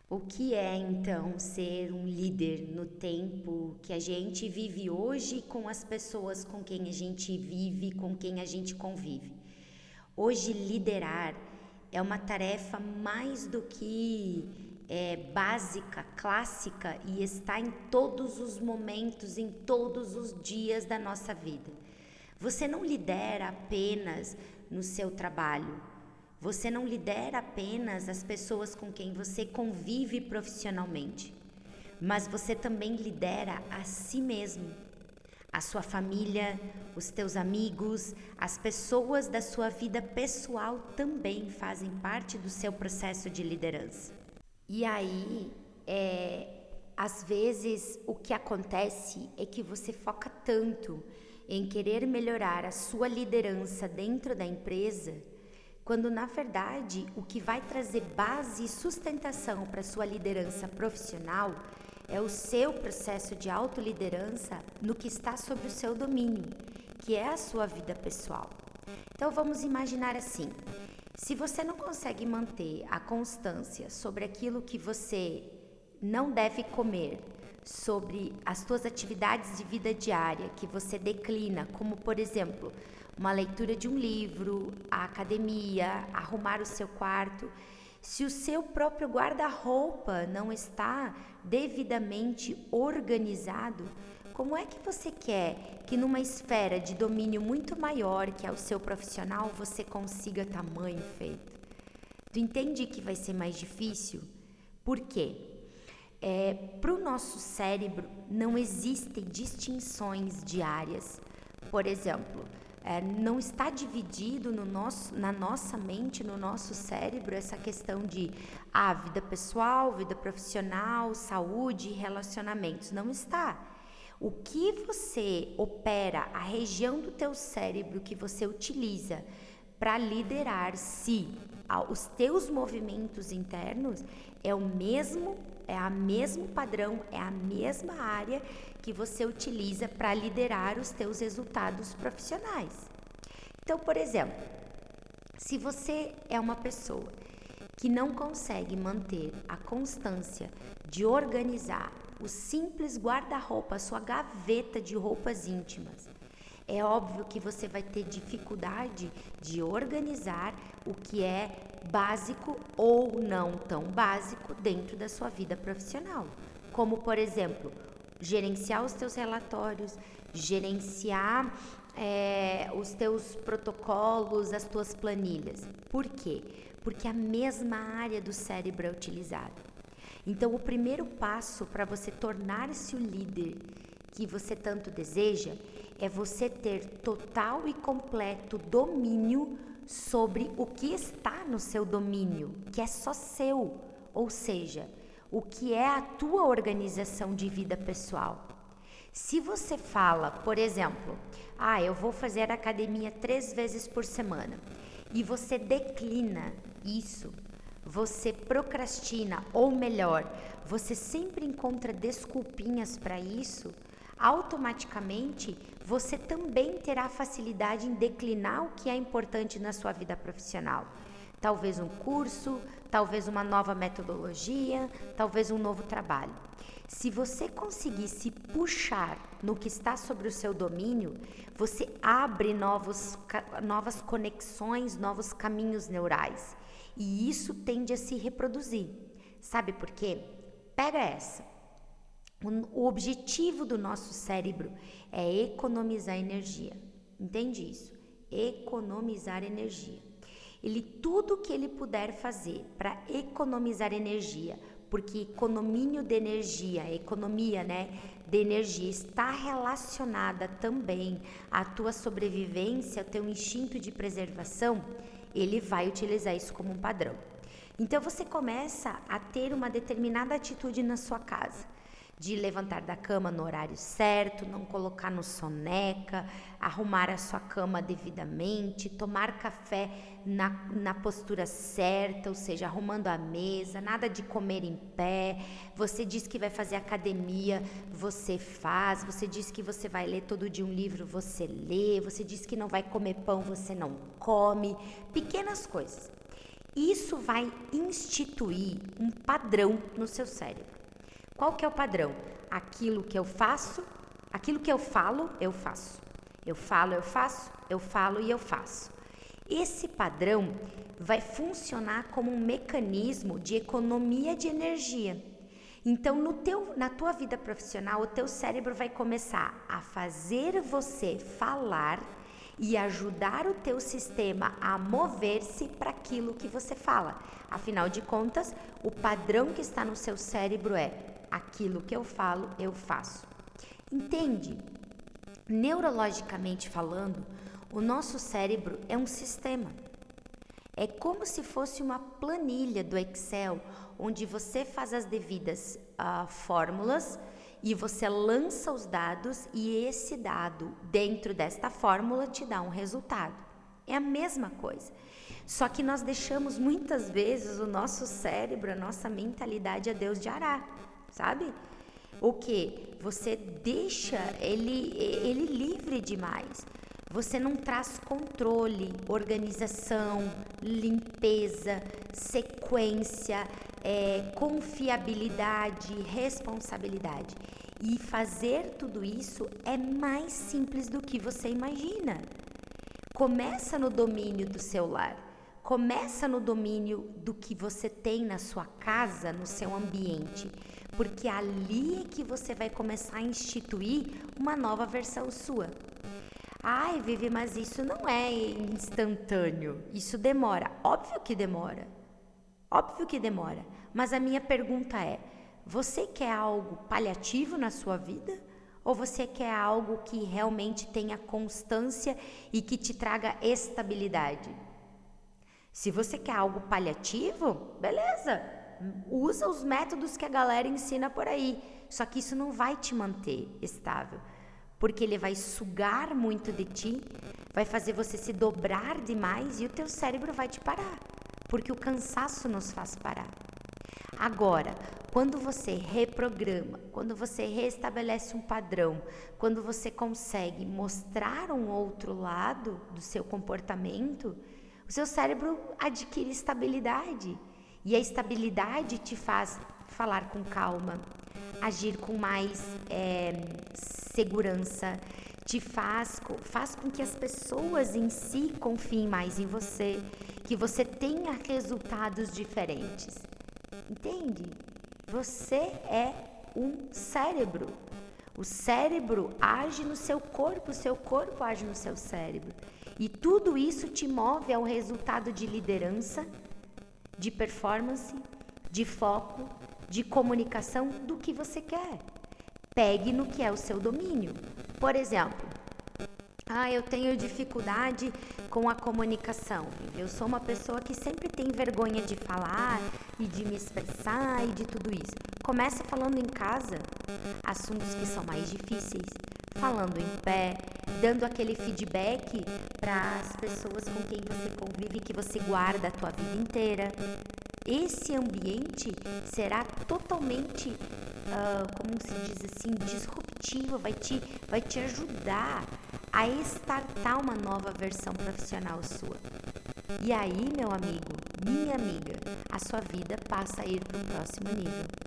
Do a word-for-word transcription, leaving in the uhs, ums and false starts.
O que é então ser um líder no tempo que a gente vive hoje com as pessoas com quem a gente vive, com quem a gente convive? Hoje, liderar é uma tarefa mais do que é, básica, clássica e está em todos os momentos, em todos os dias da nossa vida. Você não lidera apenas no seu trabalho. Você não lidera apenas as pessoas com quem você convive profissionalmente, mas você também lidera a si mesmo, a sua família, os teus amigos, as pessoas da sua vida pessoal também fazem parte do seu processo de liderança. E aí, é, às vezes, o que acontece é que você foca tanto em querer melhorar a sua liderança dentro da empresa, quando na verdade o que vai trazer base e sustentação para a sua liderança profissional é o seu processo de autoliderança no que está sob o seu domínio, que é a sua vida pessoal. Então vamos imaginar assim: se você não consegue manter a constância sobre aquilo que você não deve comer, sobre as suas atividades de vida diária que você declina, como por exemplo, uma leitura de um livro, a academia, arrumar o seu quarto, se o seu próprio guarda-roupa não está devidamente organizado, como é que você quer que numa esfera de domínio muito maior que é o seu profissional você consiga tamanho feito? Tu entende que vai ser mais difícil? Por quê? É, para o nosso cérebro não existem distinções diárias. Por exemplo, é, não está dividido no nosso, na nossa mente, no nosso cérebro, essa questão de ah, vida pessoal, vida profissional, saúde, relacionamentos. Não está. O que você opera, a região do teu cérebro que você utiliza para liderar-se, os teus movimentos internos é o mesmo, é a mesmo padrão, é a mesma área que você utiliza para liderar os teus resultados profissionais. Então, por exemplo, se você é uma pessoa que não consegue manter a constância de organizar o simples guarda-roupa, a sua gaveta de roupas íntimas, é óbvio que você vai ter dificuldade de organizar o que é básico ou não tão básico dentro da sua vida profissional. Como, por exemplo, gerenciar os teus relatórios, gerenciar é, os teus protocolos, as tuas planilhas. Por quê? Porque a mesma área do cérebro é utilizada. Então, o primeiro passo para você tornar-se o líder que você tanto deseja é você ter total e completo domínio sobre o que está no seu domínio, que é só seu, ou seja, o que é a tua organização de vida pessoal. Se você fala, por exemplo, ah, eu vou fazer academia três vezes por semana, e você declina isso, você procrastina, ou melhor, você sempre encontra desculpinhas para isso, automaticamente você também terá facilidade em declinar o que é importante na sua vida profissional. Talvez um curso, talvez uma nova metodologia, talvez um novo trabalho. Se você conseguir se puxar no que está sobre o seu domínio, você abre novos, novas conexões, novos caminhos neurais. E isso tende a se reproduzir. Sabe por quê? Pega essa. O objetivo do nosso cérebro é economizar energia. Entende isso? Economizar energia. Ele, tudo que ele puder fazer para economizar energia, porque economínio de energia, economia, né, de energia está relacionada também à tua sobrevivência, ao teu instinto de preservação, ele vai utilizar isso como um padrão. Então você começa a ter uma determinada atitude na sua casa, de levantar da cama no horário certo, não colocar no soneca, arrumar a sua cama devidamente, tomar café na, na postura certa, ou seja, arrumando a mesa, nada de comer em pé. Você diz que vai fazer academia, você faz. Você diz que você vai ler todo dia um livro, você lê. Você diz que não vai comer pão, você não come. Pequenas coisas. Isso vai instituir um padrão no seu cérebro. Qual que é o padrão? Aquilo que eu faço, aquilo que eu falo, eu faço. Eu falo, eu faço, eu falo e eu faço. Esse padrão vai funcionar como um mecanismo de economia de energia. Então, no teu, na tua vida profissional, o teu cérebro vai começar a fazer você falar e ajudar o teu sistema a mover-se para aquilo que você fala. Afinal de contas, o padrão que está no seu cérebro é: aquilo que eu falo, eu faço. Entende? Neurologicamente falando, o nosso cérebro é um sistema. É como se fosse uma planilha do Excel, onde você faz as devidas uh, fórmulas e você lança os dados e esse dado dentro desta fórmula te dá um resultado. É a mesma coisa. Só que nós deixamos muitas vezes o nosso cérebro, a nossa mentalidade a Deus de Ará, sabe? O que? Você deixa ele, ele livre demais. Você não traz controle, organização, limpeza, sequência, é, confiabilidade, responsabilidade. E fazer tudo isso é mais simples do que você imagina. Começa no domínio do seu lar. Começa no domínio do que você tem na sua casa, no seu ambiente. Porque ali é que você vai começar a instituir uma nova versão sua. Ai, Vivi, mas isso não é instantâneo, isso demora. Óbvio que demora, óbvio que demora. Mas a minha pergunta é, você quer algo paliativo na sua vida? Ou você quer algo que realmente tenha constância e que te traga estabilidade? Se você quer algo paliativo, beleza, usa os métodos que a galera ensina por aí. Só que isso não vai te manter estável. Porque ele vai sugar muito de ti, vai fazer você se dobrar demais e o teu cérebro vai te parar, porque o cansaço nos faz parar. Agora, quando você reprograma, quando você restabelece um padrão, quando você consegue mostrar um outro lado do seu comportamento, o seu cérebro adquire estabilidade. E a estabilidade te faz falar com calma, agir com mais é, segurança, te faz, faz com que as pessoas em si confiem mais em você, que você tenha resultados diferentes. Entende? Você é um cérebro. O cérebro age no seu corpo, o seu corpo age no seu cérebro. E tudo isso te move ao resultado de liderança, de performance, de foco, de comunicação do que você quer. Pegue no que é o seu domínio. Por exemplo, ah, eu tenho dificuldade com a comunicação. Eu sou uma pessoa que sempre tem vergonha de falar e de me expressar e de tudo isso. Começa falando em casa, assuntos que são mais difíceis, falando em pé, dando aquele feedback para as pessoas com quem você convive que você guarda a tua vida inteira. Esse ambiente será totalmente, uh, como se diz assim, disruptivo, vai te, vai te ajudar a startar uma nova versão profissional sua. E aí, meu amigo, minha amiga, a sua vida passa a ir para um próximo nível.